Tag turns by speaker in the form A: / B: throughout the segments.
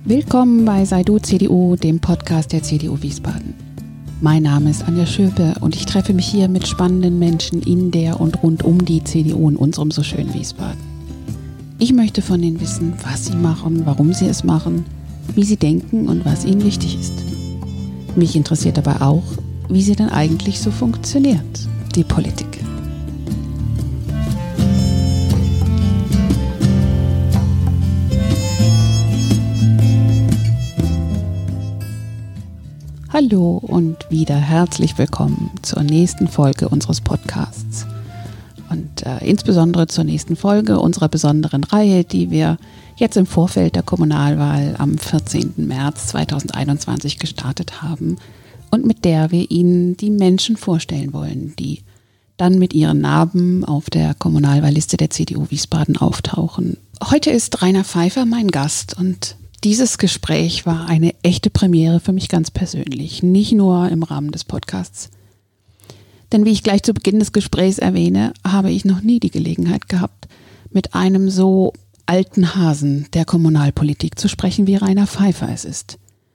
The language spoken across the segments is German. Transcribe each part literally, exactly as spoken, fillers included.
A: Willkommen bei Sei Du C D U, dem Podcast der C D U Wiesbaden. Mein Name ist Anja Schöpe und ich treffe mich hier mit spannenden Menschen in der und rund um die C D U in unserem so schönen Wiesbaden. Ich möchte von ihnen wissen, was sie machen, warum sie es machen, wie sie denken und was ihnen wichtig ist. Mich interessiert aber auch, wie sie denn eigentlich so funktioniert, die Politik. Hallo und wieder herzlich willkommen zur nächsten Folge unseres Podcasts und äh, insbesondere zur nächsten Folge unserer besonderen Reihe, die wir jetzt im Vorfeld der Kommunalwahl am vierzehnten März zweitausendeinundzwanzig gestartet haben und mit der wir Ihnen die Menschen vorstellen wollen, die dann mit ihren Namen auf der Kommunalwahlliste der C D U Wiesbaden auftauchen. Heute ist Rainer Pfeiffer mein Gast und dieses Gespräch war eine echte Premiere für mich ganz persönlich, nicht nur im Rahmen des Podcasts. Denn wie ich gleich zu Beginn des Gesprächs erwähne, habe ich noch nie die Gelegenheit gehabt, mit einem so alten Hasen der Kommunalpolitik zu sprechen, wie Rainer Pfeiffer es ist.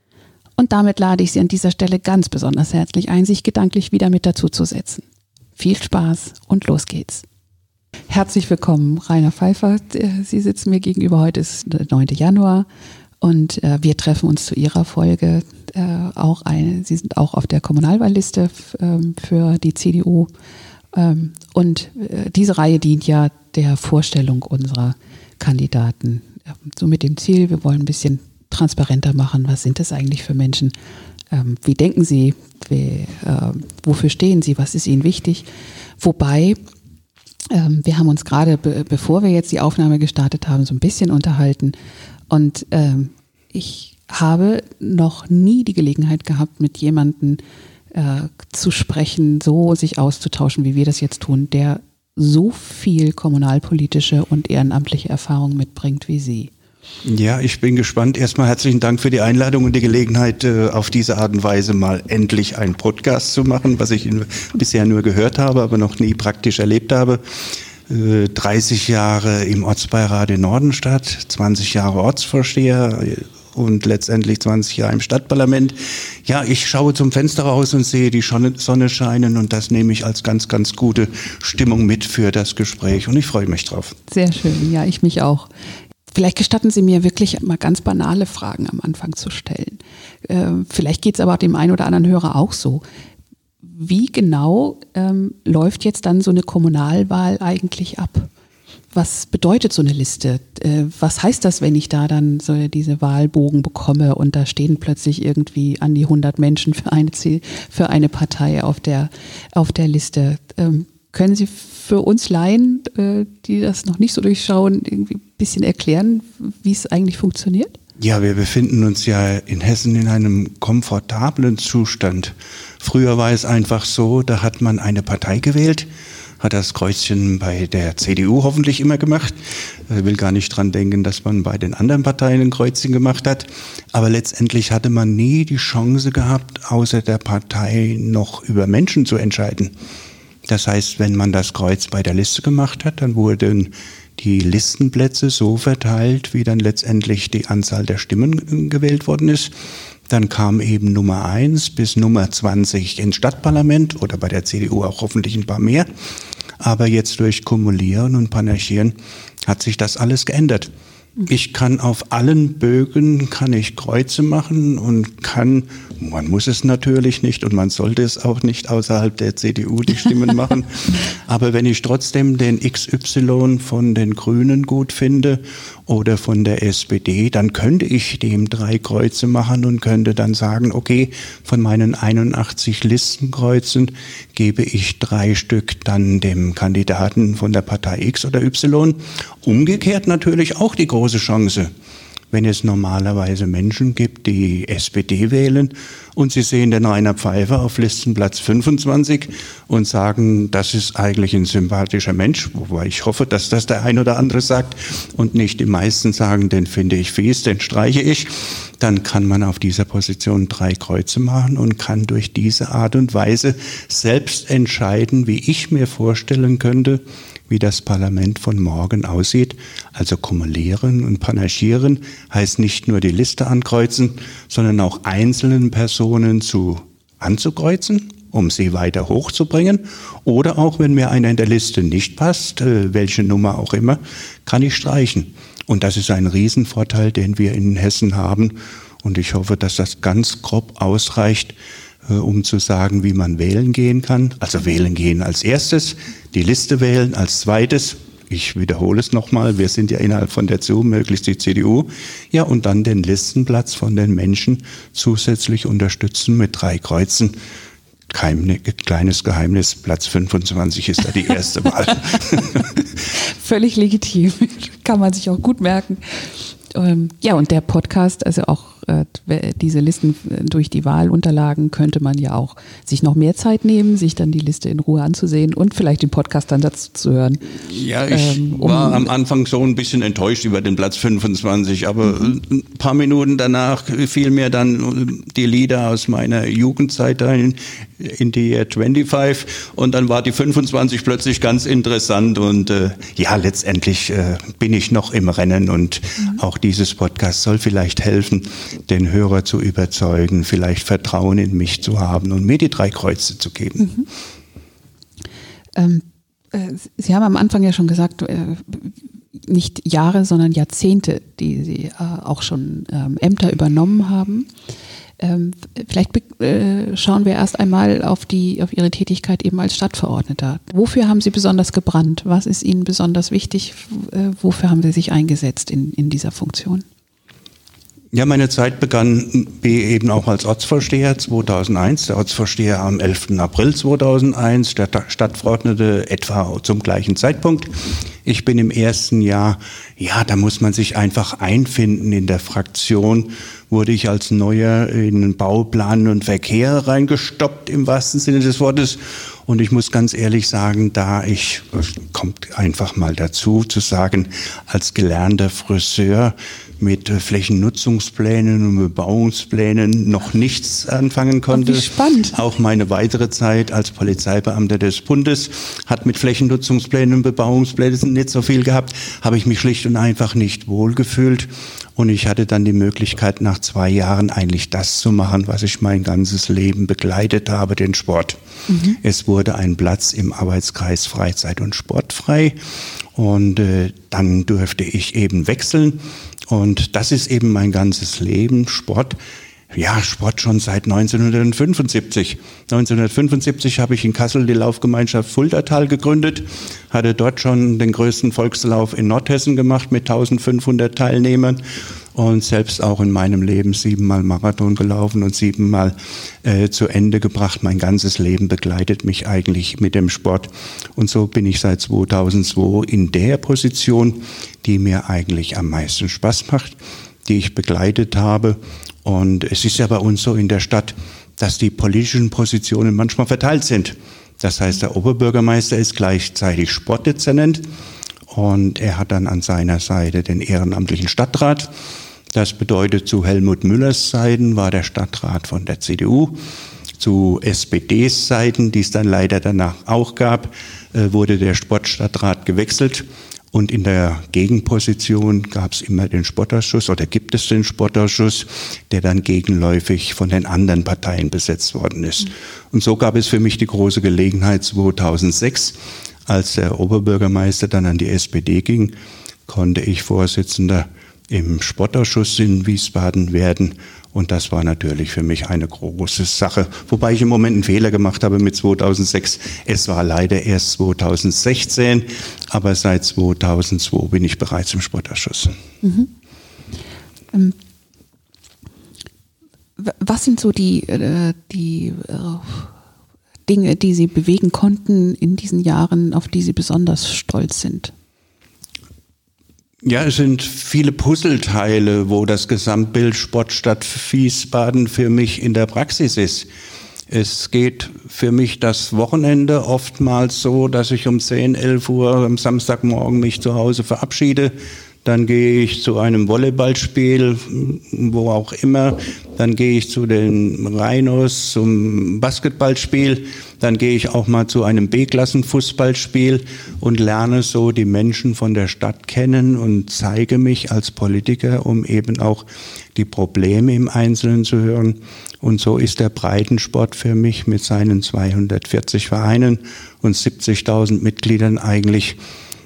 A: Und damit lade ich Sie an dieser Stelle ganz besonders herzlich ein, sich gedanklich wieder mit dazu zu setzen. Viel Spaß und los geht's. Herzlich willkommen, Rainer Pfeiffer. Sie sitzen mir gegenüber, heute ist der neunte Januar. Und äh, wir treffen uns zu Ihrer Folge. Äh, auch eine, Sie sind auch auf der Kommunalwahlliste f- ähm, für die C D U. Ähm, und äh, diese Reihe dient ja der Vorstellung unserer Kandidaten. Äh, so mit dem Ziel, wir wollen ein bisschen transparenter machen. Was sind das eigentlich für Menschen? Ähm, wie denken Sie? Wie, äh, wofür stehen Sie? Was ist Ihnen wichtig? Wobei, ähm, wir haben uns gerade, be- bevor wir jetzt die Aufnahme gestartet haben, so ein bisschen unterhalten. Und ähm, ich habe noch nie die Gelegenheit gehabt, mit jemandem äh, zu sprechen, so sich auszutauschen, wie wir das jetzt tun, der so viel kommunalpolitische und ehrenamtliche Erfahrung mitbringt wie Sie.
B: Ja, ich bin gespannt. Erstmal herzlichen Dank für die Einladung und die Gelegenheit, äh, auf diese Art und Weise mal endlich einen Podcast zu machen, was ich bisher nur gehört habe, aber noch nie praktisch erlebt habe. dreißig Jahre im Ortsbeirat in Nordenstadt, zwanzig Jahre Ortsvorsteher und letztendlich zwanzig Jahre im Stadtparlament. Ja, ich schaue zum Fenster raus und sehe die Sonne scheinen und das nehme ich als ganz, ganz gute Stimmung mit für das Gespräch und ich freue mich drauf.
A: Sehr schön, ja, ich mich auch. Vielleicht gestatten Sie mir wirklich mal ganz banale Fragen am Anfang zu stellen. Äh, vielleicht geht es aber dem einen oder anderen Hörer auch so. Wie genau ähm, läuft jetzt dann so eine Kommunalwahl eigentlich ab? Was bedeutet so eine Liste? Äh, was heißt das, wenn ich da dann so diese Wahlbogen bekomme und da stehen plötzlich irgendwie an die hundert Menschen für eine, Ziel, für eine Partei auf der, auf der Liste? Ähm, können Sie für uns Laien, äh, die das noch nicht so durchschauen, irgendwie ein bisschen erklären, wie es eigentlich funktioniert?
B: Ja, wir befinden uns ja in Hessen in einem komfortablen Zustand. Früher war es einfach so, da hat man eine Partei gewählt, hat das Kreuzchen bei der C D U hoffentlich immer gemacht. Ich will gar nicht dran denken, dass man bei den anderen Parteien ein Kreuzchen gemacht hat. Aber letztendlich hatte man nie die Chance gehabt, außer der Partei noch über Menschen zu entscheiden. Das heißt, wenn man das Kreuz bei der Liste gemacht hat, dann wurden die Listenplätze so verteilt, wie dann letztendlich die Anzahl der Stimmen gewählt worden ist. Dann kam eben Nummer eins bis Nummer zwanzig ins Stadtparlament oder bei der C D U auch hoffentlich ein paar mehr. Aber jetzt durch Kumulieren und Panaschieren hat sich das alles geändert. Ich kann auf allen Bögen, kann ich Kreuze machen und kann, man muss es natürlich nicht und man sollte es auch nicht außerhalb der C D U die Stimmen machen. Aber wenn ich trotzdem den X Y von den Grünen gut finde oder von der S P D, dann könnte ich dem drei Kreuze machen und könnte dann sagen, okay, von meinen einundachtzig Listenkreuzen gebe ich drei Stück dann dem Kandidaten von der Partei X oder Y. Umgekehrt natürlich auch die große Chance, wenn es normalerweise Menschen gibt, die S P D wählen und sie sehen den Rainer Pfeiffer auf Listenplatz fünfundzwanzig und sagen, das ist eigentlich ein sympathischer Mensch, wobei ich hoffe, dass das der ein oder andere sagt und nicht die meisten sagen, den finde ich fies, den streiche ich, dann kann man auf dieser Position drei Kreuze machen und kann durch diese Art und Weise selbst entscheiden, wie ich mir vorstellen könnte, wie das Parlament von morgen aussieht. Also kumulieren und panaschieren heißt nicht nur die Liste ankreuzen, sondern auch einzelnen Personen zu anzukreuzen, um sie weiter hochzubringen. Oder auch, wenn mir einer in der Liste nicht passt, welche Nummer auch immer, kann ich streichen. Und das ist ein Riesenvorteil, den wir in Hessen haben. Und ich hoffe, dass das ganz grob ausreicht, um zu sagen, wie man wählen gehen kann. Also wählen gehen als erstes, die Liste wählen als zweites. Ich wiederhole es nochmal, wir sind ja innerhalb von der C D U, möglichst die C D U. Ja, und dann den Listenplatz von den Menschen zusätzlich unterstützen mit drei Kreuzen. Kein kleines Geheimnis, Platz fünfundzwanzig ist da die erste Wahl.
A: Völlig legitim, kann man sich auch gut merken. Ähm, ja, und der Podcast, also auch äh, diese Listen durch die Wahlunterlagen, könnte man ja auch sich noch mehr Zeit nehmen, sich dann die Liste in Ruhe anzusehen und vielleicht den Podcast dann dazu zu hören.
B: Ja, ich ähm, um war am Anfang so ein bisschen enttäuscht über den Platz fünfundzwanzig, aber mhm. ein paar Minuten danach fiel mir dann die Lieder aus meiner Jugendzeit ein, in die Year fünfundzwanzig, und dann war die fünfundzwanzig plötzlich ganz interessant und äh, ja, letztendlich äh, bin ich noch im Rennen und mhm. auch dieses Podcast soll vielleicht helfen, den Hörer zu überzeugen, vielleicht Vertrauen in mich zu haben und mir die drei Kreuze zu geben.
A: Mhm. Ähm, äh, Sie haben am Anfang ja schon gesagt, äh, nicht Jahre, sondern Jahrzehnte, die Sie äh, auch schon ähm, Ämter übernommen haben. Ähm, vielleicht äh, schauen wir erst einmal auf die, auf Ihre Tätigkeit eben als Stadtverordneter. Wofür haben Sie besonders gebrannt? Was ist Ihnen besonders wichtig? Äh, wofür haben Sie sich eingesetzt in, in dieser Funktion?
B: Ja, meine Zeit begann eben auch als Ortsvorsteher zweitausendeins, der Ortsvorsteher am elften April zweitausendeins, der Stadtverordnete etwa zum gleichen Zeitpunkt. Ich bin im ersten Jahr, ja, da muss man sich einfach einfinden in der Fraktion, wurde ich als Neuer in Bauplan und Verkehr reingestoppt, im wahrsten Sinne des Wortes. Und ich muss ganz ehrlich sagen, da ich, kommt einfach mal dazu, zu sagen, als gelernter Friseur mit Flächennutzungsplänen und Bebauungsplänen noch nichts anfangen konnte.
A: Wie spannend.
B: Auch meine weitere Zeit als Polizeibeamter des Bundes hat mit Flächennutzungsplänen und Bebauungsplänen nicht so viel gehabt, habe ich mich schlicht und einfach nicht wohlgefühlt. Und ich hatte dann die Möglichkeit, nach zwei Jahren eigentlich das zu machen, was ich mein ganzes Leben begleitet habe, den Sport. Mhm. Es wurde ein Platz im Arbeitskreis Freizeit und Sport frei. Und äh, dann durfte ich eben wechseln. Und das ist eben mein ganzes Leben, Sport. Ja, Sport schon seit neunzehnhundertfünfundsiebzig. neunzehnhundertfünfundsiebzig habe ich in Kassel die Laufgemeinschaft Fuldatal gegründet, hatte dort schon den größten Volkslauf in Nordhessen gemacht mit eintausendfünfhundert Teilnehmern und selbst auch in meinem Leben siebenmal Marathon gelaufen und siebenmal äh, zu Ende gebracht. Mein ganzes Leben begleitet mich eigentlich mit dem Sport und so bin ich seit zweitausendzwei in der Position, die mir eigentlich am meisten Spaß macht, die ich begleitet habe. Und es ist ja bei uns so in der Stadt, dass die politischen Positionen manchmal verteilt sind. Das heißt, der Oberbürgermeister ist gleichzeitig Sportdezernent und er hat dann an seiner Seite den ehrenamtlichen Stadtrat. Das bedeutet, zu Helmut Müllers Seiten war der Stadtrat von der C D U. Zu S P Ds Seiten, die es dann leider danach auch gab, wurde der Sportstadtrat gewechselt. Und in der Gegenposition gab es immer den Sportausschuss oder gibt es den Sportausschuss, der dann gegenläufig von den anderen Parteien besetzt worden ist. Mhm. Und so gab es für mich die große Gelegenheit zweitausendsechs, als der Oberbürgermeister dann an die S P D ging, konnte ich Vorsitzender im Sportausschuss in Wiesbaden werden. Und das war natürlich für mich eine große Sache. Wobei ich im Moment einen Fehler gemacht habe mit zweitausendsechs. Es war leider erst zweitausendsechzehn, aber seit zweitausendzwei bin ich bereits im Sportausschuss.
A: Mhm. Ähm, was sind so die, äh, die äh, Dinge, die Sie bewegen konnten in diesen Jahren, auf die Sie besonders stolz sind?
B: Ja, es sind viele Puzzleteile, wo das Gesamtbild Sportstadt Wiesbaden für mich in der Praxis ist. Es geht für mich das Wochenende oftmals so, dass ich um zehn, elf Uhr am Samstagmorgen mich zu Hause verabschiede, dann gehe ich zu einem Volleyballspiel, wo auch immer, dann gehe ich zu den Rhinos zum Basketballspiel, dann gehe ich auch mal zu einem B-Klassen-Fußballspiel und lerne so die Menschen von der Stadt kennen und zeige mich als Politiker, um eben auch die Probleme im Einzelnen zu hören. Und so ist der Breitensport für mich mit seinen zweihundertvierzig Vereinen und siebzigtausend Mitgliedern eigentlich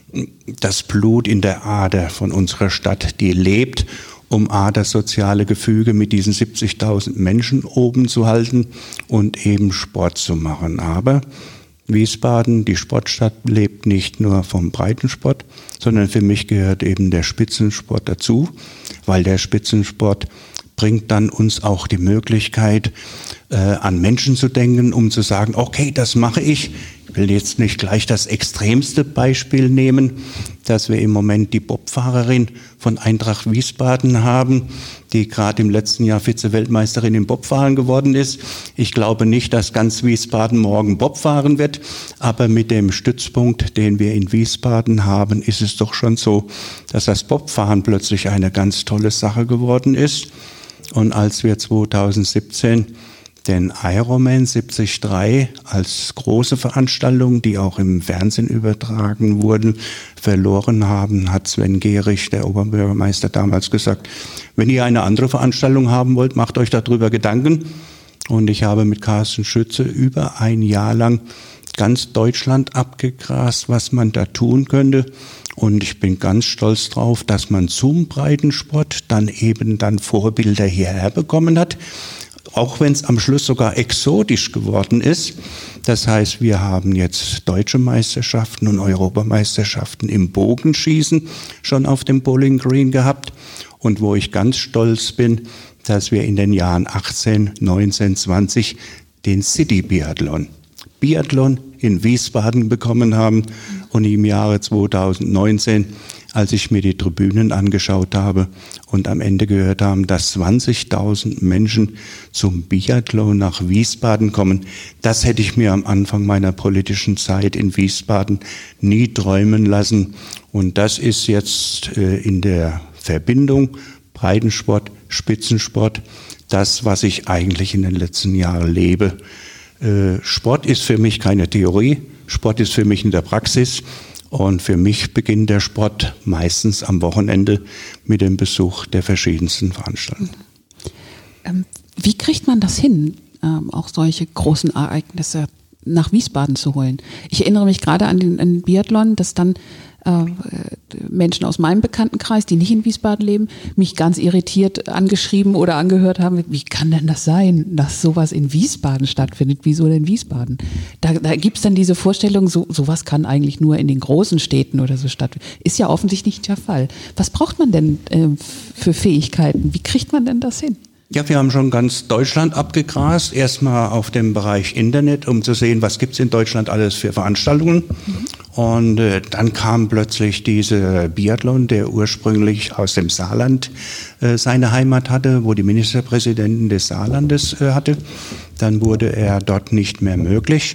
B: das Blut in der Ader von unserer Stadt, die lebt, um A, das soziale Gefüge mit diesen siebzigtausend Menschen oben zu halten und eben Sport zu machen. Aber Wiesbaden, die Sportstadt, lebt nicht nur vom Breitensport, sondern für mich gehört eben der Spitzensport dazu, weil der Spitzensport bringt dann uns auch die Möglichkeit, äh, an Menschen zu denken, um zu sagen, okay, das mache ich. Ich will jetzt nicht gleich das extremste Beispiel nehmen, dass wir im Moment die Bobfahrerin von Eintracht Wiesbaden haben, die gerade im letzten Jahr Vize-Weltmeisterin im Bobfahren geworden ist. Ich glaube nicht, dass ganz Wiesbaden morgen Bob fahren wird, aber mit dem Stützpunkt, den wir in Wiesbaden haben, ist es doch schon so, dass das Bobfahren plötzlich eine ganz tolle Sache geworden ist. Und als wir zweitausendsiebzehn den Ironman siebzig drei als große Veranstaltung, die auch im Fernsehen übertragen wurden, verloren haben, hat Sven Gehrig, der Oberbürgermeister, damals gesagt, wenn ihr eine andere Veranstaltung haben wollt, macht euch darüber Gedanken. Und ich habe mit Carsten Schütze über ein Jahr lang ganz Deutschland abgegrast, was man da tun könnte. Und ich bin ganz stolz drauf, dass man zum Breitensport dann eben dann Vorbilder hierher bekommen hat. Auch wenn es am Schluss sogar exotisch geworden ist. Das heißt, wir haben jetzt deutsche Meisterschaften und Europameisterschaften im Bogenschießen schon auf dem Bowling Green gehabt. Und wo ich ganz stolz bin, dass wir in den Jahren achtzehn, neunzehn, zwanzig den City Biathlon, Biathlon in Wiesbaden bekommen haben. Und im Jahre zweitausendneunzehn, als ich mir die Tribünen angeschaut habe und am Ende gehört haben, dass zwanzigtausend Menschen zum Biathlon nach Wiesbaden kommen, das hätte ich mir am Anfang meiner politischen Zeit in Wiesbaden nie träumen lassen. Und das ist jetzt äh, in der Verbindung Breitensport, Spitzensport, das, was ich eigentlich in den letzten Jahren lebe. Äh, Sport ist für mich keine Theorie, Sport ist für mich in der Praxis. Und für mich beginnt der Sport meistens am Wochenende mit dem Besuch der verschiedensten Veranstaltungen.
A: Ähm, wie kriegt man das hin, ähm, auch solche großen Ereignisse nach Wiesbaden zu holen? Ich erinnere mich gerade an den, an den Biathlon, dass dann äh, Menschen aus meinem Bekanntenkreis, die nicht in Wiesbaden leben, mich ganz irritiert angeschrieben oder angehört haben, wie kann denn das sein, dass sowas in Wiesbaden stattfindet? Wieso denn Wiesbaden? Da, da gibt es dann diese Vorstellung, so, sowas kann eigentlich nur in den großen Städten oder so stattfinden. Ist ja offensichtlich nicht der Fall. Was braucht man denn äh, für Fähigkeiten? Wie kriegt man denn das hin?
B: Ja, wir haben schon ganz Deutschland abgegrast. Erstmal auf dem Bereich Internet, um zu sehen, was gibt's in Deutschland alles für Veranstaltungen. Mhm. Und äh, dann kam plötzlich dieser Biathlon, der ursprünglich aus dem Saarland äh, seine Heimat hatte, wo die Ministerpräsidenten des Saarlandes äh, hatte. Dann wurde er dort nicht mehr möglich.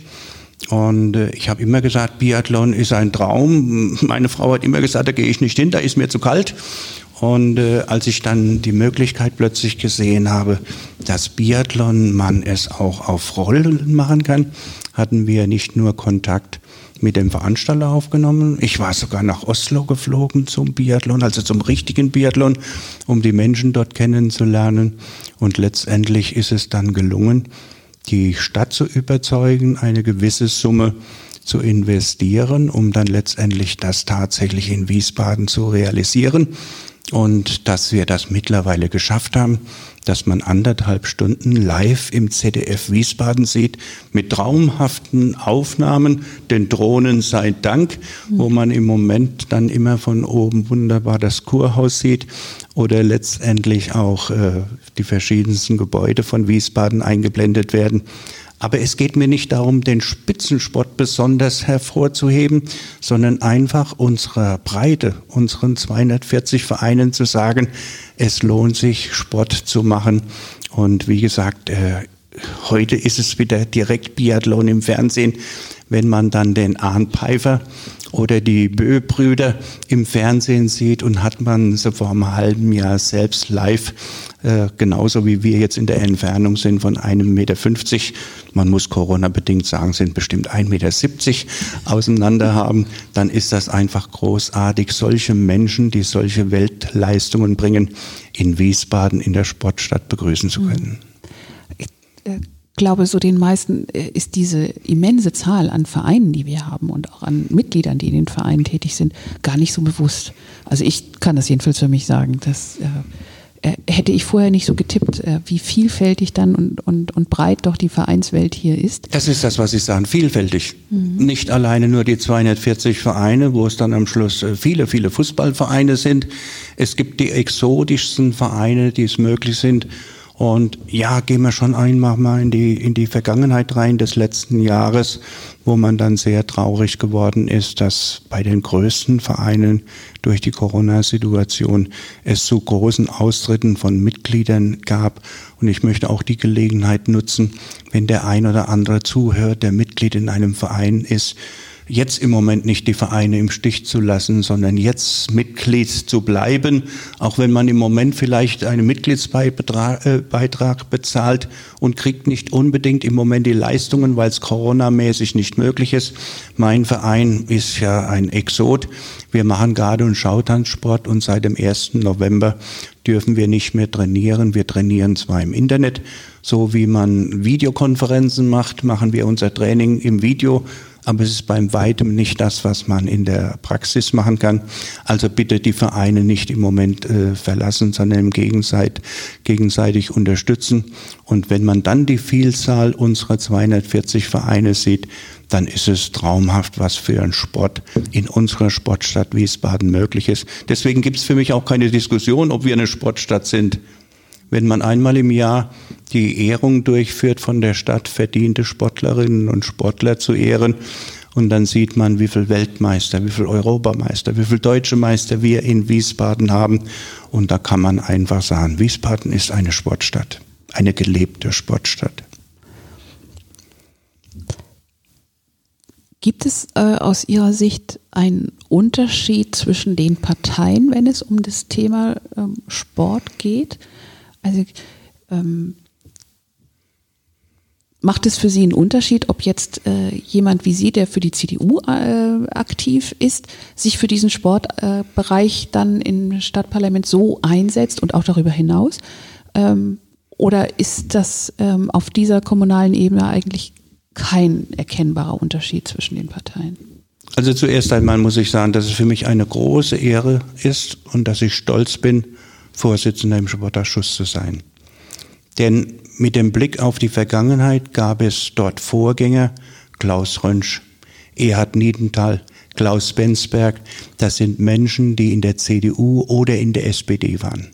B: Und äh, ich habe immer gesagt, Biathlon ist ein Traum. Meine Frau hat immer gesagt, da gehe ich nicht hin, da ist mir zu kalt. Und äh, als ich dann die Möglichkeit plötzlich gesehen habe, dass Biathlon man es auch auf Rollen machen kann, hatten wir nicht nur Kontakt mit dem Veranstalter aufgenommen. Ich war sogar nach Oslo geflogen zum Biathlon, also zum richtigen Biathlon, um die Menschen dort kennenzulernen. Und letztendlich ist es dann gelungen, die Stadt zu überzeugen, eine gewisse Summe zu investieren, um dann letztendlich das tatsächlich in Wiesbaden zu realisieren. Und dass wir das mittlerweile geschafft haben, dass man anderthalb Stunden live im Z D F Wiesbaden sieht, mit traumhaften Aufnahmen, den Drohnen sei Dank, mhm. wo man im Moment dann immer von oben wunderbar das Kurhaus sieht oder letztendlich auch äh, die verschiedensten Gebäude von Wiesbaden eingeblendet werden. Aber es geht mir nicht darum, den Spitzensport besonders hervorzuheben, sondern einfach unserer Breite, unseren zweihundertvierzig Vereinen zu sagen, es lohnt sich, Sport zu machen. Und wie gesagt, heute ist es wieder direkt Biathlon im Fernsehen, wenn man dann den Arndt Pfeiffer oder die Bö-Brüder im Fernsehen sieht und hat man sie vor einem halben Jahr selbst live, äh, genauso wie wir jetzt in der Entfernung sind von einem Meter fünfzig, man muss Corona-bedingt sagen, sind bestimmt ein Meter siebzig auseinander haben, dann ist das einfach großartig, solche Menschen, die solche Weltleistungen bringen, in Wiesbaden in der Sportstadt begrüßen zu können.
A: Ich äh, glaube, so den meisten ist diese immense Zahl an Vereinen, die wir haben und auch an Mitgliedern, die in den Vereinen tätig sind, gar nicht so bewusst. Also ich kann das jedenfalls für mich sagen, dass äh, hätte ich vorher nicht so getippt, äh, wie vielfältig dann und, und, und breit doch die Vereinswelt hier ist.
B: Das ist das, was ich sage, vielfältig. Mhm. Nicht alleine nur die zweihundertvierzig Vereine, wo es dann am Schluss viele, viele Fußballvereine sind. Es gibt die exotischsten Vereine, die es möglich sind. Und ja, gehen wir schon einmal mal in die, in die Vergangenheit rein des letzten Jahres, wo man dann sehr traurig geworden ist, dass bei den größten Vereinen durch die Corona-Situation es zu großen Austritten von Mitgliedern gab. Und ich möchte auch die Gelegenheit nutzen, wenn der ein oder andere zuhört, der Mitglied in einem Verein ist, jetzt im Moment nicht die Vereine im Stich zu lassen, sondern jetzt Mitglied zu bleiben, auch wenn man im Moment vielleicht einen Mitgliedsbeitrag bezahlt und kriegt nicht unbedingt im Moment die Leistungen, weil es coronamäßig nicht möglich ist. Mein Verein ist ja ein Exot. Wir machen Garde- und Schautanzsport und seit dem ersten November dürfen wir nicht mehr trainieren. Wir trainieren zwar im Internet, so wie man Videokonferenzen macht, machen wir unser Training im Video, aber es ist beim Weitem nicht das, was man in der Praxis machen kann. Also bitte die Vereine nicht im Moment äh, verlassen, sondern im Gegenseit, gegenseitig unterstützen. Und wenn man dann die Vielzahl unserer zweihundertvierzig Vereine sieht, dann ist es traumhaft, was für ein Sport in unserer Sportstadt Wiesbaden möglich ist. Deswegen gibt es für mich auch keine Diskussion, ob wir eine Sportstadt sind. Wenn man einmal im Jahr die Ehrung durchführt, von der Stadt verdiente Sportlerinnen und Sportler zu ehren, und dann sieht man, wie viel Weltmeister, wie viel Europameister, wie viel deutsche Meister wir in Wiesbaden haben. Und da kann man einfach sagen, Wiesbaden ist eine Sportstadt, eine gelebte Sportstadt.
A: Gibt es äh, aus Ihrer Sicht einen Unterschied zwischen den Parteien, wenn es um das Thema ähm, Sport geht? Also ähm, macht es für Sie einen Unterschied, ob jetzt äh, jemand wie Sie, der für die C D U äh, aktiv ist, sich für diesen Sportbereich äh, dann im Stadtparlament so einsetzt und auch darüber hinaus? Ähm, oder ist das ähm, auf dieser kommunalen Ebene eigentlich kein erkennbarer Unterschied zwischen den Parteien?
B: Also zuerst einmal muss ich sagen, dass es für mich eine große Ehre ist und dass ich stolz bin, Vorsitzender im Sportausschuss zu sein. Denn mit dem Blick auf die Vergangenheit gab es dort Vorgänger, Klaus Rönsch, Erhard Niedenthal, Klaus Bensberg. Das sind Menschen, die in der C D U oder in der S P D waren.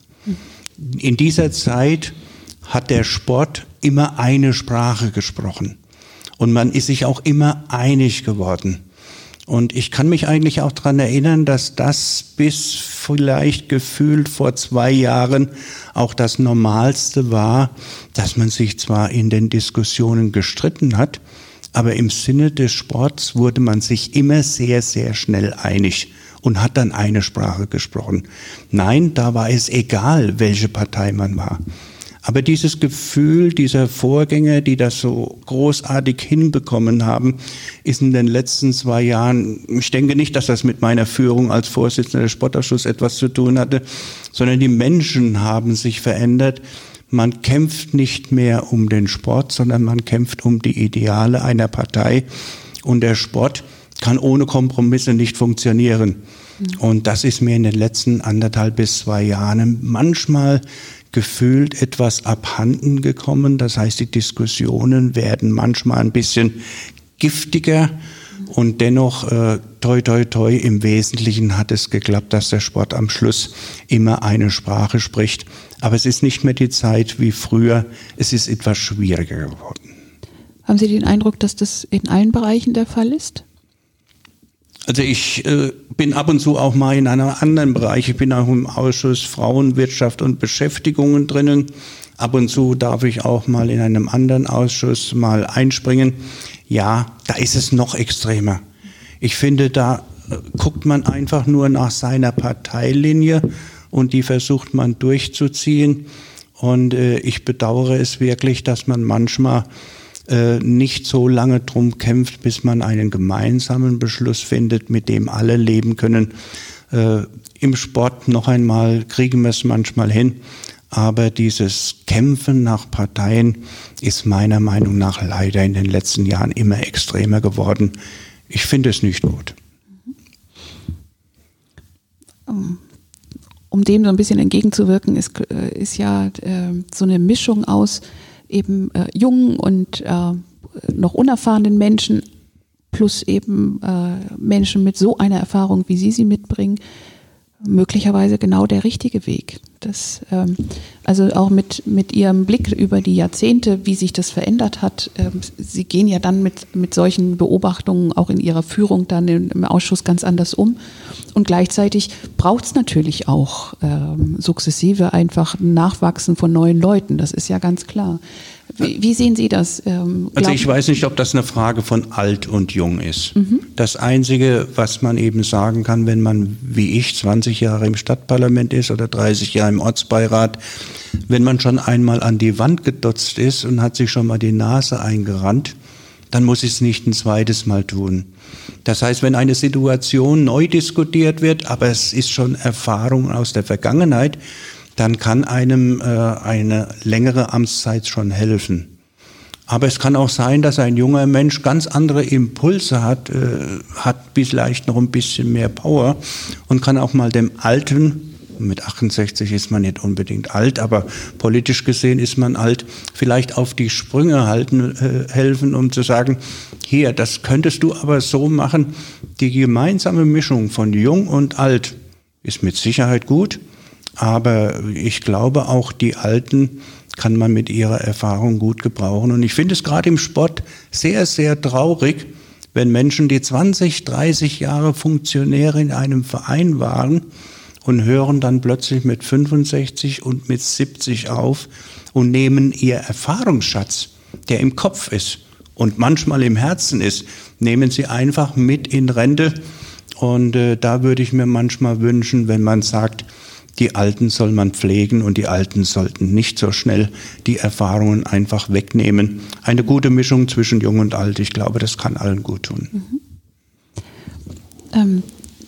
B: In dieser Zeit hat der Sport immer eine Sprache gesprochen. Und man ist sich auch immer einig geworden. Und ich kann mich eigentlich auch daran erinnern, dass das bis vielleicht gefühlt vor zwei Jahren auch das Normalste war, dass man sich zwar in den Diskussionen gestritten hat, aber im Sinne des Sports wurde man sich immer sehr, sehr schnell einig und hat dann eine Sprache gesprochen. Nein, da war es egal, welche Partei man war. Aber dieses Gefühl dieser Vorgänger, die das so großartig hinbekommen haben, ist in den letzten zwei Jahren, ich denke nicht, dass das mit meiner Führung als Vorsitzender des Sportausschusses etwas zu tun hatte, sondern die Menschen haben sich verändert. Man kämpft nicht mehr um den Sport, sondern man kämpft um die Ideale einer Partei. Und der Sport kann ohne Kompromisse nicht funktionieren. Und das ist mir in den letzten anderthalb bis zwei Jahren manchmal gefühlt etwas abhanden gekommen. Das heißt, die Diskussionen werden manchmal ein bisschen giftiger und dennoch, äh, toi, toi, toi, im Wesentlichen hat es geklappt, dass der Sport am Schluss immer eine Sprache spricht. Aber es ist nicht mehr die Zeit wie früher. Es ist etwas schwieriger geworden.
A: Haben Sie den Eindruck, dass das in allen Bereichen der Fall ist?
B: Also ich äh, bin ab und zu auch mal in einem anderen Bereich. Ich bin auch im Ausschuss Frauen, Wirtschaft und Beschäftigungen drinnen. Ab und zu darf ich auch mal in einem anderen Ausschuss mal einspringen. Ja, da ist es noch extremer. Ich finde, da guckt man einfach nur nach seiner Parteilinie und die versucht man durchzuziehen. Und äh, ich bedauere es wirklich, dass man manchmal äh, nicht so lange drum kämpft, bis man einen gemeinsamen Beschluss findet, mit dem alle leben können. Äh, im Sport noch einmal kriegen wir es manchmal hin. Aber dieses Kämpfen nach Parteien ist meiner Meinung nach leider in den letzten Jahren immer extremer geworden. Ich finde es nicht gut.
A: Um dem so ein bisschen entgegenzuwirken, ist, ist ja äh, so eine Mischung aus eben äh, jungen und äh, noch unerfahrenen Menschen plus eben äh, Menschen mit so einer Erfahrung, wie Sie sie mitbringen, möglicherweise genau der richtige Weg. Das, ähm, also auch mit, mit Ihrem Blick über die Jahrzehnte, wie sich das verändert hat. Ähm, Sie gehen ja dann mit, mit solchen Beobachtungen auch in Ihrer Führung dann im, im Ausschuss ganz anders um. Und gleichzeitig braucht es natürlich auch ähm, sukzessive einfach ein Nachwachsen von neuen Leuten. Das ist ja ganz klar. Wie, wie sehen Sie das? Ähm,
B: also ich weiß nicht, ob das eine Frage von alt und jung ist. Mhm. Das Einzige, was man eben sagen kann, wenn man wie ich zwanzig Jahre im Stadtparlament ist oder dreißig Jahre im Ortsbeirat, wenn man schon einmal an die Wand gedotzt ist und hat sich schon mal die Nase eingerannt, dann muss ich es nicht ein zweites Mal tun. Das heißt, wenn eine Situation neu diskutiert wird, aber es ist schon Erfahrung aus der Vergangenheit, dann kann einem äh, eine längere Amtszeit schon helfen. Aber es kann auch sein, dass ein junger Mensch ganz andere Impulse hat, äh, hat vielleicht noch ein bisschen mehr Power und kann auch mal dem Alten, mit achtundsechzig ist man nicht unbedingt alt, aber politisch gesehen ist man alt, vielleicht auf die Sprünge halten, äh, helfen, um zu sagen, hier, das könntest du aber so machen. Die gemeinsame Mischung von jung und alt ist mit Sicherheit gut. Aber ich glaube, auch die Alten kann man mit ihrer Erfahrung gut gebrauchen. Und ich finde es gerade im Sport sehr, sehr traurig, wenn Menschen, die zwanzig, dreißig Jahre Funktionäre in einem Verein waren und hören dann plötzlich mit fünfundsechzig und mit siebzig auf und nehmen ihr Erfahrungsschatz, der im Kopf ist und manchmal im Herzen ist, nehmen sie einfach mit in Rente. Und äh, da würde ich mir manchmal wünschen, wenn man sagt, die Alten soll man pflegen und die Alten sollten nicht so schnell die Erfahrungen einfach wegnehmen. Eine gute Mischung zwischen Jung und Alt, ich glaube, das kann allen gut tun.
A: Mhm. Ähm,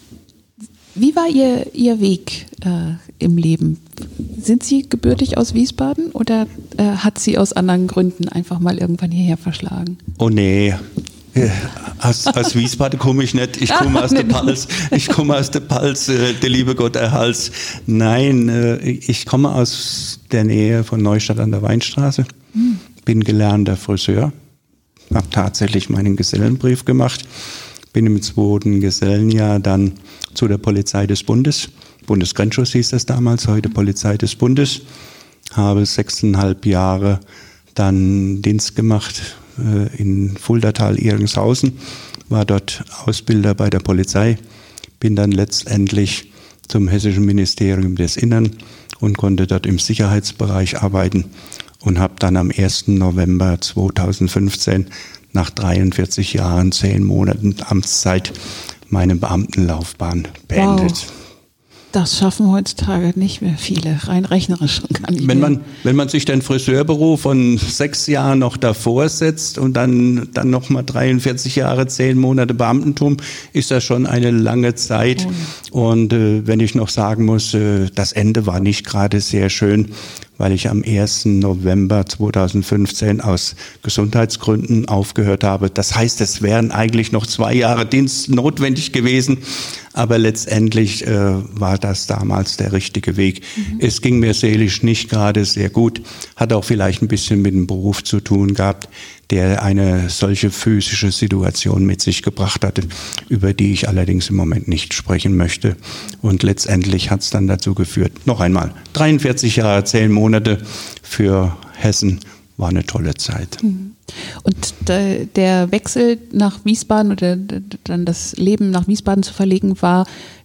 A: wie war Ihr, Ihr Weg äh, im Leben? Sind Sie gebürtig aus Wiesbaden oder äh, hat Sie aus anderen Gründen einfach mal irgendwann hierher verschlagen?
B: Oh nee. Aus, aus Wiesbaden komme ich nicht, ich komme aus der Pals, ich komme aus der Pals, äh, der liebe Gott erhalts. Nein, äh, ich komme aus der Nähe von Neustadt an der Weinstraße, hm. bin gelernter Friseur, habe tatsächlich meinen Gesellenbrief gemacht, bin im zweiten Gesellenjahr dann zu der Polizei des Bundes, Bundesgrenzschutz hieß das damals, heute Polizei des Bundes, habe sechseinhalb Jahre dann Dienst gemacht in Fuldatal-Ehringshausen, war dort Ausbilder bei der Polizei, bin dann letztendlich zum Hessischen Ministerium des Innern und konnte dort im Sicherheitsbereich arbeiten und habe dann am ersten November zweitausendfünfzehn nach dreiundvierzig Jahren, zehn Monaten Amtszeit meine Beamtenlaufbahn beendet. Wow.
A: Das schaffen heutzutage nicht mehr viele, rein rechnerisch schon gar nicht
B: wenn
A: mehr.
B: man, wenn man sich den Friseurberuf von sechs Jahren noch davor setzt und dann, dann nochmal dreiundvierzig Jahre, zehn Monate Beamtentum, ist das schon eine lange Zeit. Oh. Und äh, wenn ich noch sagen muss, äh, das Ende war nicht gerade sehr schön, weil ich am ersten November zweitausendfünfzehn aus Gesundheitsgründen aufgehört habe. Das heißt, es wären eigentlich noch zwei Jahre Dienst notwendig gewesen, aber letztendlich äh, war das damals der richtige Weg. Mhm. Es ging mir seelisch nicht gerade sehr gut, hat auch vielleicht ein bisschen mit dem Beruf zu tun gehabt, der eine solche physische Situation mit sich gebracht hatte, über die ich allerdings im Moment nicht sprechen möchte. Und letztendlich hat es dann dazu geführt, noch einmal, dreiundvierzig Jahre, zehn Monate für Hessen war eine tolle Zeit.
A: Und der Wechsel nach Wiesbaden oder dann das Leben nach Wiesbaden zu verlegen war,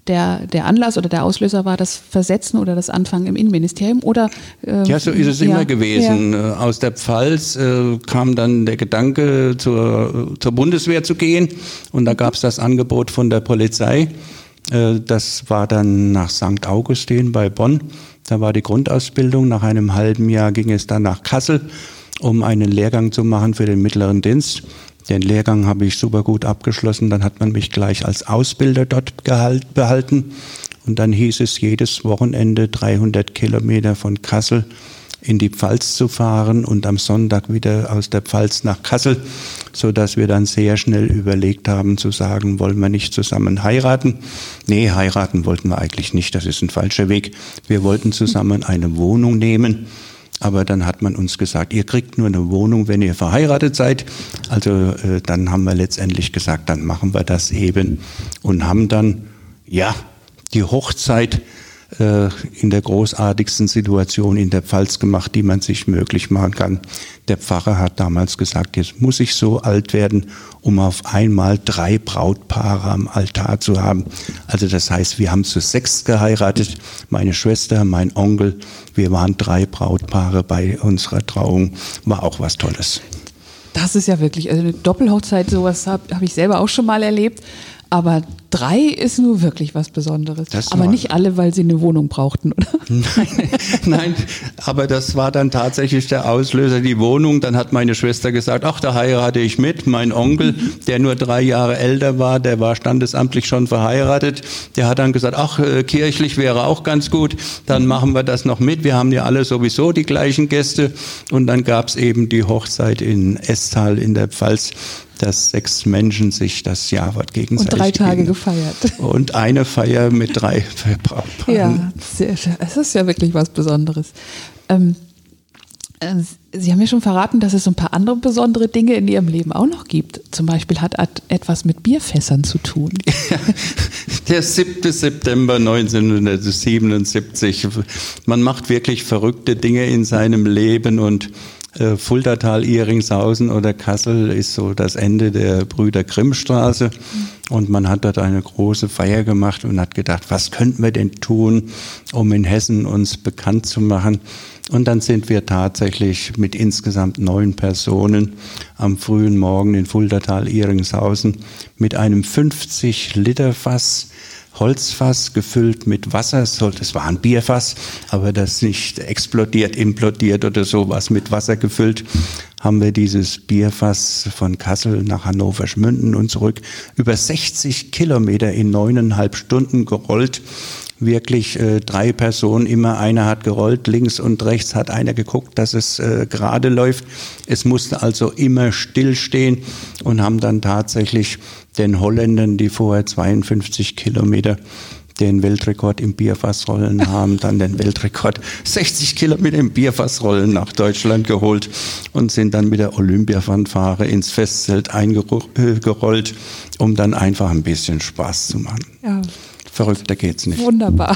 A: der, der Anlass oder der Auslöser war das Versetzen oder das Anfangen im Innenministerium? Oder, äh,
B: ja, so ist es
A: ja,
B: immer gewesen.
A: Ja.
B: Aus der Pfalz äh, kam dann der Gedanke, zur, zur Bundeswehr zu gehen. Und da gab es das Angebot von der Polizei. Äh, das war dann nach Sankt Augustin bei Bonn. Da war die Grundausbildung. Nach einem halben Jahr ging es dann nach Kassel, um einen Lehrgang zu machen für den mittleren Dienst. Den Lehrgang habe ich super gut abgeschlossen. Dann hat man mich gleich als Ausbilder dort gehalt, behalten. Und dann hieß es, jedes Wochenende dreihundert Kilometer von Kassel in die Pfalz zu fahren und am Sonntag wieder aus der Pfalz nach Kassel, sodass wir dann sehr schnell überlegt haben zu sagen, wollen wir nicht zusammen heiraten? Nee, heiraten wollten wir eigentlich nicht, das ist ein falscher Weg. Wir wollten zusammen eine Wohnung nehmen. Aber dann hat man uns gesagt, ihr kriegt nur eine Wohnung, wenn ihr verheiratet seid. Also äh, dann haben wir letztendlich gesagt, dann machen wir das eben und haben dann, ja, die Hochzeit äh, in der großartigsten Situation in der Pfalz gemacht, die man sich möglich machen kann. Der Pfarrer hat damals gesagt, jetzt muss ich so alt werden, um auf einmal drei Brautpaare am Altar zu haben. Also das heißt, wir haben zu sechs geheiratet, meine Schwester, mein Onkel, wir waren drei Brautpaare bei unserer Trauung, war auch was Tolles.
A: Das ist ja wirklich, also eine Doppelhochzeit, sowas habe hab ich selber auch schon mal erlebt. Aber drei ist nur wirklich was Besonderes. Das aber nicht alle, weil sie eine Wohnung brauchten, oder?
B: Nein, nein, aber das war dann tatsächlich der Auslöser, die Wohnung. Dann hat meine Schwester gesagt, ach, da heirate ich mit. Mein Onkel, der nur drei Jahre älter war, der war standesamtlich schon verheiratet. Der hat dann gesagt, ach, kirchlich wäre auch ganz gut. Dann machen wir das noch mit. Wir haben ja alle sowieso die gleichen Gäste. Und dann gab es eben die Hochzeit in Estal in der Pfalz, dass sechs Menschen sich das Jawort gegenseitig
A: und drei Tage
B: geben.
A: gefeiert.
B: Und eine Feier mit drei Brautpaaren.
A: Ja, sehr schön. Es ist ja wirklich was Besonderes. Ähm, äh, Sie haben ja schon verraten, dass es so ein paar andere besondere Dinge in Ihrem Leben auch noch gibt. Zum Beispiel hat etwas mit Bierfässern zu tun.
B: Ja, der siebte September neunzehnhundertsiebenundsiebzig. Man macht wirklich verrückte Dinge in seinem Leben und Fuldatal, Ihringshausen oder Kassel ist so das Ende der Brüder-Grimm-Straße und man hat dort eine große Feier gemacht und hat gedacht, was könnten wir denn tun, um in Hessen uns bekannt zu machen? Und dann sind wir tatsächlich mit insgesamt neun Personen am frühen Morgen in Fuldatal, Ihringshausen mit einem fünfzig Liter Fass, Holzfass gefüllt mit Wasser, das war ein Bierfass, aber das nicht explodiert, implodiert oder sowas, mit Wasser gefüllt, haben wir dieses Bierfass von Kassel nach Hannover-Schmünden und zurück über sechzig Kilometer in neuneinhalb Stunden gerollt. Wirklich äh, drei Personen, immer einer hat gerollt, links und rechts hat einer geguckt, dass es äh, gerade läuft. Es musste also immer stillstehen und haben dann tatsächlich den Holländern, die vorher zweiundfünfzig Kilometer den Weltrekord im Bierfassrollen haben, dann den Weltrekord sechzig Kilometer im Bierfassrollen nach Deutschland geholt und sind dann mit der Olympia-Fanfare ins Festzelt eingerollt, um dann einfach ein bisschen Spaß zu machen. Ja. Verrückter geht's nicht.
A: Wunderbar.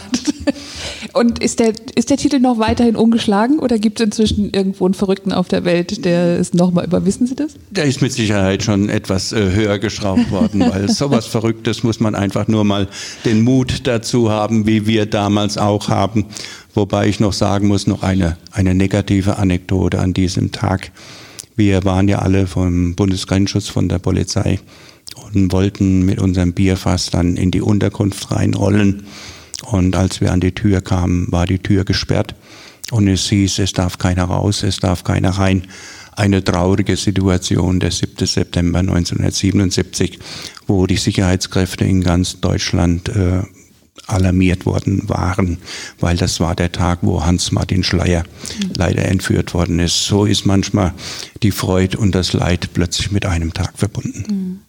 A: Und ist der, ist der Titel noch weiterhin ungeschlagen oder gibt es inzwischen irgendwo einen Verrückten auf der Welt, der es nochmal über, wissen Sie das?
B: Der ist mit Sicherheit schon etwas äh, höher geschraubt worden, weil sowas Verrücktes muss man einfach nur mal den Mut dazu haben, wie wir damals auch haben. Wobei ich noch sagen muss, noch eine, eine negative Anekdote an diesem Tag. Wir waren ja alle vom Bundesgrenzschutz, von der Polizei und wollten mit unserem Bierfass dann in die Unterkunft reinrollen. Und als wir an die Tür kamen, war die Tür gesperrt und es hieß, es darf keiner raus, es darf keiner rein. Eine traurige Situation, der siebte September neunzehnhundertsiebenundsiebzig, wo die Sicherheitskräfte in ganz Deutschland äh, alarmiert worden waren, weil das war der Tag, wo Hans-Martin Schleyer mhm. leider entführt worden ist. So ist manchmal die Freude und das Leid plötzlich mit einem Tag verbunden.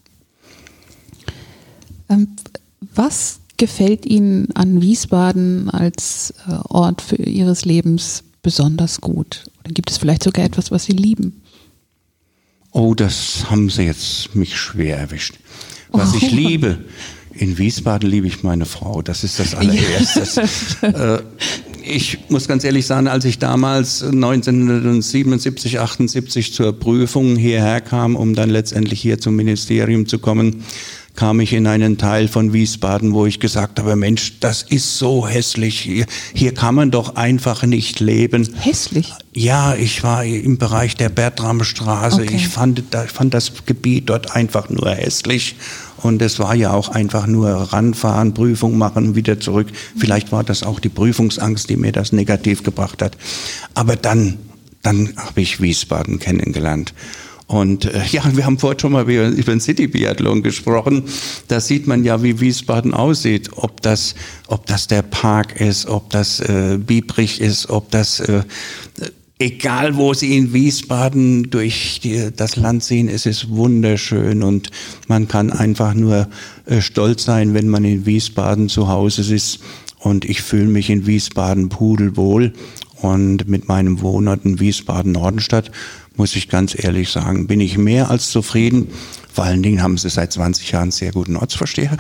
A: Mhm. Ähm, was gefällt Ihnen an Wiesbaden als äh, Ort für Ihres Lebens besonders gut? Oder gibt es vielleicht sogar etwas, was Sie lieben?
B: Oh, das haben Sie jetzt mich schwer erwischt. Was oh. ich liebe, in Wiesbaden liebe ich meine Frau, das ist das allererste. Ja. äh, ich muss ganz ehrlich sagen, als ich damals neunzehnhundertsiebenundsiebzig, achtundsiebzig zur Prüfung hierher kam, um dann letztendlich hier zum Ministerium zu kommen, kam ich in einen Teil von Wiesbaden, wo ich gesagt habe, Mensch, das ist so hässlich, hier, hier kann man doch einfach nicht leben.
A: Hässlich?
B: Ja, ich war im Bereich der Bertramstraße, okay. ich fand, ich fand das Gebiet dort einfach nur hässlich. Und es war ja auch einfach nur ranfahren, Prüfung machen, wieder zurück. Vielleicht war das auch die Prüfungsangst, die mir das negativ gebracht hat. Aber dann, dann habe ich Wiesbaden kennengelernt. Und äh, ja, wir haben vorhin schon mal über, über den City-Biathlon gesprochen. Da sieht man ja, wie Wiesbaden aussieht. Ob das, ob das der Park ist, ob das äh, Biebrich ist, ob das... Äh, Egal, wo Sie in Wiesbaden durch die, das Land sehen, es ist wunderschön und man kann einfach nur äh, stolz sein, wenn man in Wiesbaden zu Hause ist. Und ich fühle mich in Wiesbaden pudelwohl und mit meinem Wohnort in Wiesbaden-Nordenstadt, muss ich ganz ehrlich sagen, bin ich mehr als zufrieden. Vor allen Dingen haben Sie seit zwanzig Jahren einen sehr guten Ortsvorsteher.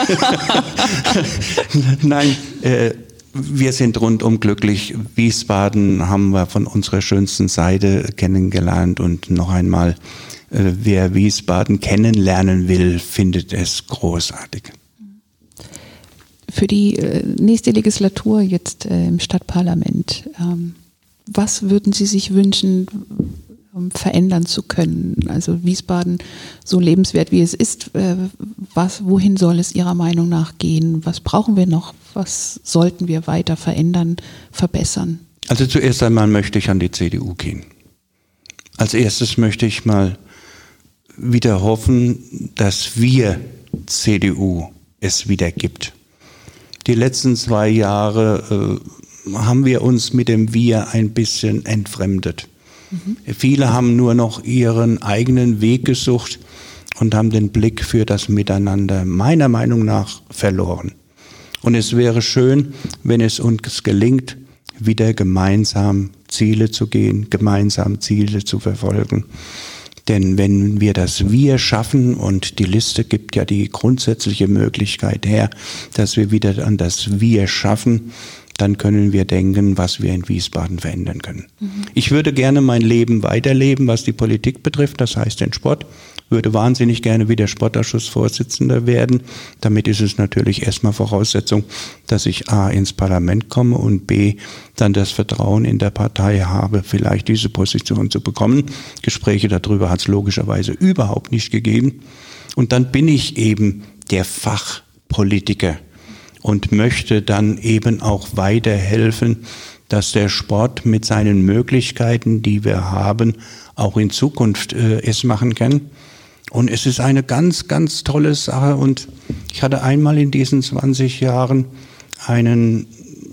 B: Nein, äh, wir sind rundum glücklich. Wiesbaden haben wir von unserer schönsten Seite kennengelernt und noch einmal, äh, wer Wiesbaden kennenlernen will, findet es großartig.
A: Für die äh, nächste Legislatur jetzt äh, im Stadtparlament, ähm, was würden Sie sich wünschen, um verändern zu können? Also Wiesbaden so lebenswert wie es ist, äh, was, wohin soll es Ihrer Meinung nach gehen? Was brauchen wir noch? Was sollten wir weiter verändern, verbessern?
B: Also zuerst einmal möchte ich an die C D U gehen. Als erstes möchte ich mal wieder hoffen, dass wir C D U es wieder gibt. Die letzten zwei Jahre äh, haben wir uns mit dem Wir ein bisschen entfremdet. Mhm. Viele haben nur noch ihren eigenen Weg gesucht und haben den Blick für das Miteinander meiner Meinung nach verloren. Und es wäre schön, wenn es uns gelingt, wieder gemeinsam Ziele zu gehen, gemeinsam Ziele zu verfolgen. Denn wenn wir das Wir schaffen, und die Liste gibt ja die grundsätzliche Möglichkeit her, dass wir wieder an das Wir schaffen, dann können wir denken, was wir in Wiesbaden verändern können. Mhm. Ich würde gerne mein Leben weiterleben, was die Politik betrifft, das heißt den Sport. Würde wahnsinnig gerne wieder Sportausschussvorsitzender werden. Damit ist es natürlich erstmal Voraussetzung, dass ich A ins Parlament komme und B dann das Vertrauen in der Partei habe, vielleicht diese Position zu bekommen. Gespräche darüber hat es logischerweise überhaupt nicht gegeben. Und dann bin ich eben der Fachpolitiker und möchte dann eben auch weiterhelfen, dass der Sport mit seinen Möglichkeiten, die wir haben, auch in Zukunft äh, es machen kann. Und es ist eine ganz, ganz tolle Sache. Und ich hatte einmal in diesen zwanzig Jahren einen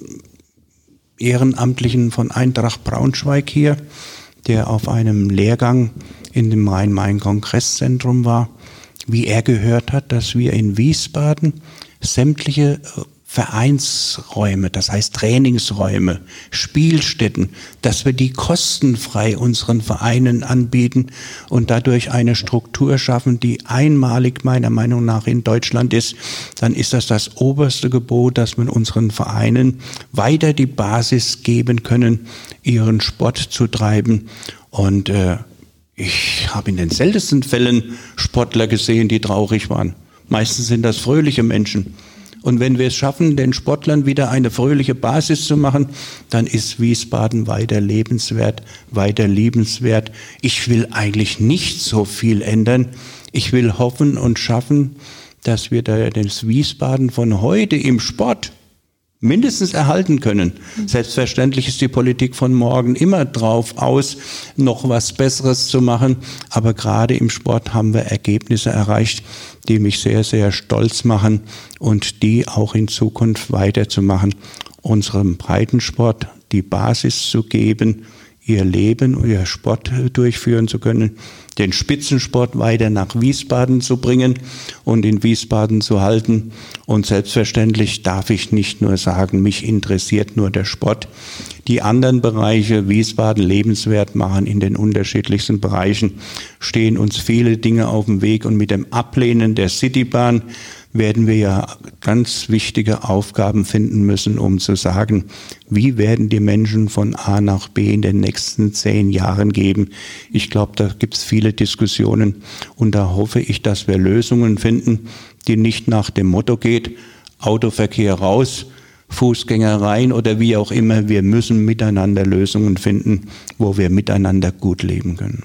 B: Ehrenamtlichen von Eintracht Braunschweig hier, der auf einem Lehrgang in dem Rhein-Main-Kongresszentrum war, wie er gehört hat, dass wir in Wiesbaden sämtliche Vereinsräume, das heißt Trainingsräume, Spielstätten, dass wir die kostenfrei unseren Vereinen anbieten und dadurch eine Struktur schaffen, die einmalig meiner Meinung nach in Deutschland ist, dann ist das das oberste Gebot, dass wir unseren Vereinen weiter die Basis geben können, ihren Sport zu treiben. Und äh, ich habe in den seltensten Fällen Sportler gesehen, die traurig waren. Meistens sind das fröhliche Menschen. Und wenn wir es schaffen, den Sportlern wieder eine fröhliche Basis zu machen, dann ist Wiesbaden weiter lebenswert, weiter liebenswert. Ich will eigentlich nicht so viel ändern. Ich will hoffen und schaffen, dass wir das Wiesbaden von heute im Sport mindestens erhalten können. Mhm. Selbstverständlich ist die Politik von morgen immer drauf aus, noch was Besseres zu machen. Aber gerade im Sport haben wir Ergebnisse erreicht, die mich sehr, sehr stolz machen und die auch in Zukunft weiterzumachen. Unserem Breitensport die Basis zu geben, ihr Leben, ihr Sport durchführen zu können, den Spitzensport weiter nach Wiesbaden zu bringen und in Wiesbaden zu halten. Und selbstverständlich darf ich nicht nur sagen, mich interessiert nur der Sport. Die anderen Bereiche, Wiesbaden lebenswert machen in den unterschiedlichsten Bereichen, stehen uns viele Dinge auf dem Weg. Und mit dem Ablehnen der Citybahn werden wir ja ganz wichtige Aufgaben finden müssen, um zu sagen, wie werden die Menschen von A nach B in den nächsten zehn Jahren geben. Ich glaube, da gibt es viele Diskussionen und da hoffe ich, dass wir Lösungen finden, die nicht nach dem Motto geht, Autoverkehr raus, Fußgänger rein oder wie auch immer. Wir müssen miteinander Lösungen finden, wo wir miteinander gut leben können.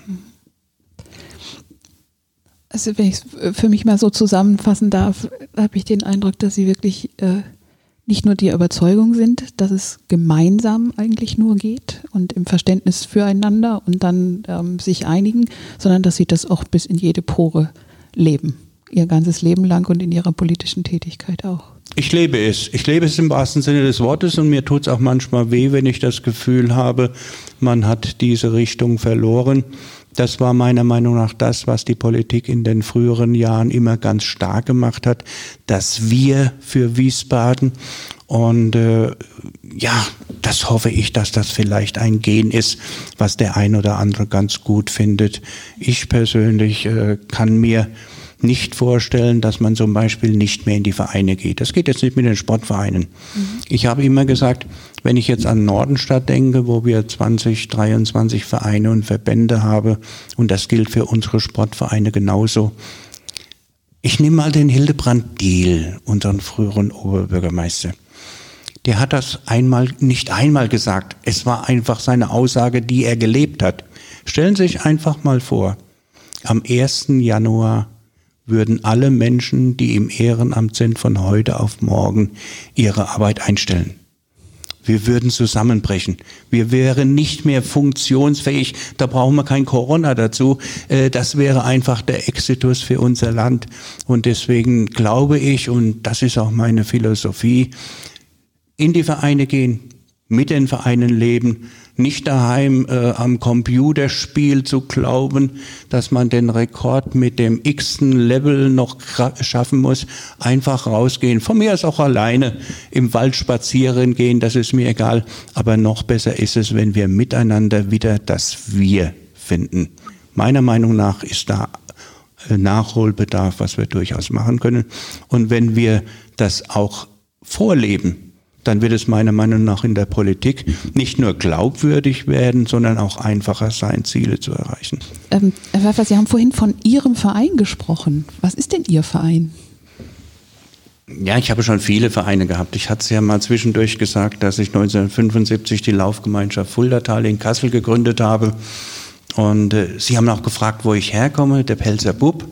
A: Also wenn ich es für mich mal so zusammenfassen darf, habe ich den Eindruck, dass Sie wirklich äh, nicht nur die Überzeugung sind, dass es gemeinsam eigentlich nur geht und im Verständnis füreinander und dann ähm, sich einigen, sondern dass Sie das auch bis in jede Pore leben, Ihr ganzes Leben lang und in Ihrer politischen Tätigkeit auch.
B: Ich lebe es. Ich lebe es im wahrsten Sinne des Wortes und mir tut es auch manchmal weh, wenn ich das Gefühl habe, man hat diese Richtung verloren. Das war meiner Meinung nach das, was die Politik in den früheren Jahren immer ganz stark gemacht hat, dass wir für Wiesbaden und äh, ja, das hoffe ich, dass das vielleicht ein Gen ist, was der ein oder andere ganz gut findet. Ich persönlich äh, kann mir nicht vorstellen, dass man zum Beispiel nicht mehr in die Vereine geht. Das geht jetzt nicht mit den Sportvereinen. Mhm. Ich habe immer gesagt, wenn ich jetzt an Nordenstadt denke, wo wir zwanzig, dreiundzwanzig Vereine und Verbände haben, und das gilt für unsere Sportvereine genauso. Ich nehme mal den Hildebrand Diehl, unseren früheren Oberbürgermeister. Der hat das einmal, nicht einmal gesagt. Es war einfach seine Aussage, die er gelebt hat. Stellen Sie sich einfach mal vor, am ersten Januar würden alle Menschen, die im Ehrenamt sind, von heute auf morgen ihre Arbeit einstellen. Wir würden zusammenbrechen. Wir wären nicht mehr funktionsfähig. Da brauchen wir kein Corona dazu. Das wäre einfach der Exitus für unser Land. Und deswegen glaube ich, und das ist auch meine Philosophie, in die Vereine gehen, mit den Vereinen leben, nicht daheim äh, am Computerspiel zu glauben, dass man den Rekord mit dem x-ten Level noch schaffen muss. Einfach rausgehen. Von mir aus auch alleine im Wald spazieren gehen, das ist mir egal. Aber noch besser ist es, wenn wir miteinander wieder das Wir finden. Meiner Meinung nach ist da Nachholbedarf, was wir durchaus machen können. Und wenn wir das auch vorleben, dann wird es meiner Meinung nach in der Politik nicht nur glaubwürdig werden, sondern auch einfacher sein, Ziele zu erreichen.
A: Ähm, Herr Pfeiffer, Sie haben vorhin von Ihrem Verein gesprochen. Was ist denn Ihr Verein?
B: Ja, ich habe schon viele Vereine gehabt. Ich hatte es ja mal zwischendurch gesagt, dass ich neunzehnhundertfünfundsiebzig die Laufgemeinschaft Fuldatal in Kassel gegründet habe. Und äh, Sie haben auch gefragt, wo ich herkomme, der Pelzer Bub.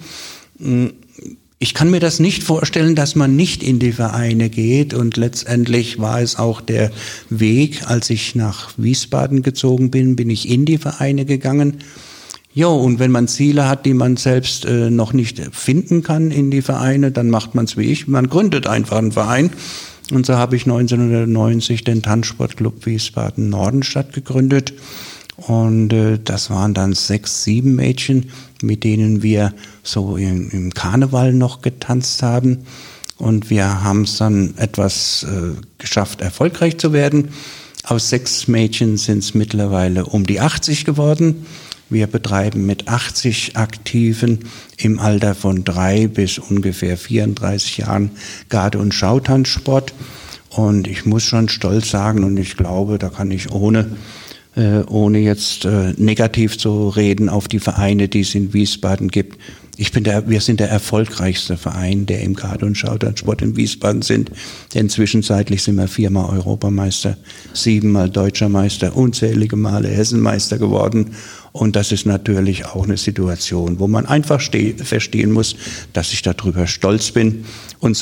B: Ich kann mir das nicht vorstellen, dass man nicht in die Vereine geht, und letztendlich war es auch der Weg, als ich nach Wiesbaden gezogen bin, bin ich in die Vereine gegangen. Jo, und wenn man Ziele hat, die man selbst äh, noch nicht finden kann in die Vereine, dann macht man es wie ich, man gründet einfach einen Verein. Und so habe ich neunzehnhundertneunzig den Tanzsportclub Wiesbaden Nordenstadt gegründet. Und äh, das waren dann sechs, sieben Mädchen, mit denen wir so im, im Karneval noch getanzt haben. Und wir haben es dann etwas äh, geschafft, erfolgreich zu werden. Aus sechs Mädchen sind es mittlerweile um die achtzig geworden. Wir betreiben mit achtzig Aktiven im Alter von drei bis ungefähr vierunddreißig Jahren Garde- und Schautanzsport. Und ich muss schon stolz sagen, und ich glaube, da kann ich ohne Äh, ohne jetzt äh, negativ zu reden auf die Vereine, die es in Wiesbaden gibt. Ich bin der, wir sind der erfolgreichste Verein, der im Garde- und Schautanzsport in Wiesbaden sind. Denn zwischenzeitlich sind wir viermal Europameister, siebenmal Deutscher Meister, unzählige Male Hessenmeister geworden. Und das ist natürlich auch eine Situation, wo man einfach ste- verstehen muss, dass ich darüber stolz bin. Und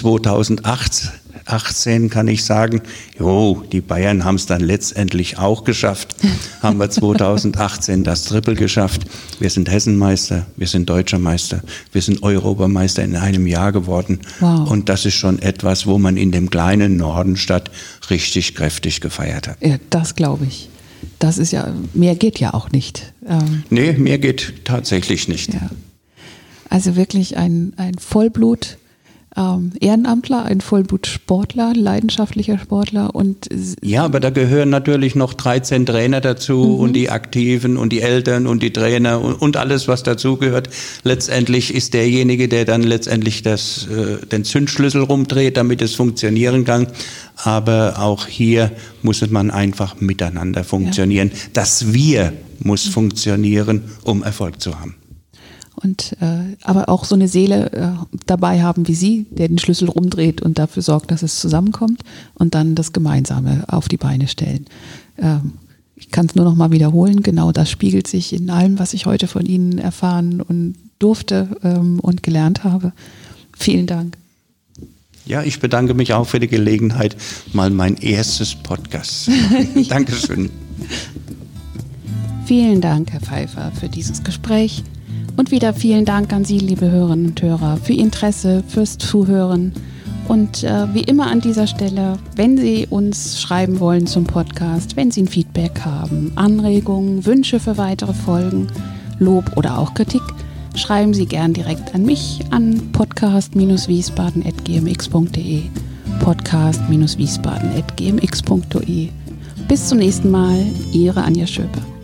B: zweitausendachtzehn kann ich sagen, jo, die Bayern haben es dann letztendlich auch geschafft. Haben wir zweitausendachtzehn das Triple geschafft. Wir sind Hessenmeister, wir sind Deutscher Meister, wir sind Europameister in einem Jahr geworden.
A: Wow.
B: Und das ist schon etwas, wo man in dem kleinen Nordenstadt richtig kräftig gefeiert hat.
A: Ja, das glaube ich. Das ist ja, mehr geht ja auch nicht. Ähm,
B: nee, mehr geht tatsächlich nicht.
A: Ja. Also wirklich ein, ein Vollblut ähm, Ehrenamtler, ein Vollblut-Sportler, leidenschaftlicher Sportler. Und
B: ja, aber da gehören natürlich noch dreizehn Trainer dazu, mhm, und die Aktiven und die Eltern und die Trainer und, und alles, was dazugehört. Letztendlich ist derjenige, der dann letztendlich das, äh, den Zündschlüssel rumdreht, damit es funktionieren kann. Aber auch hier muss man einfach miteinander funktionieren. Ja. Das Wir muss funktionieren, um Erfolg zu haben.
A: Und äh, aber auch so eine Seele äh, dabei haben wie Sie, der den Schlüssel rumdreht und dafür sorgt, dass es zusammenkommt und dann das Gemeinsame auf die Beine stellen. Ähm, ich kann es nur noch mal wiederholen, genau das spiegelt sich in allem, was ich heute von Ihnen erfahren und durfte ähm, und gelernt habe. Vielen Dank.
B: Ja, ich bedanke mich auch für die Gelegenheit, mal mein erstes Podcast zu machen. Dankeschön.
A: Vielen Dank, Herr Pfeiffer, für dieses Gespräch. Und wieder vielen Dank an Sie, liebe Hörerinnen und Hörer, für Ihr Interesse, fürs Zuhören. Und äh, wie immer an dieser Stelle, wenn Sie uns schreiben wollen zum Podcast, wenn Sie ein Feedback haben, Anregungen, Wünsche für weitere Folgen, Lob oder auch Kritik, schreiben Sie gern direkt an mich an podcast wiesbaden at g m x punkt d e podcast wiesbaden at g m x punkt d e. Bis zum nächsten Mal, Ihre Anja Schöpe.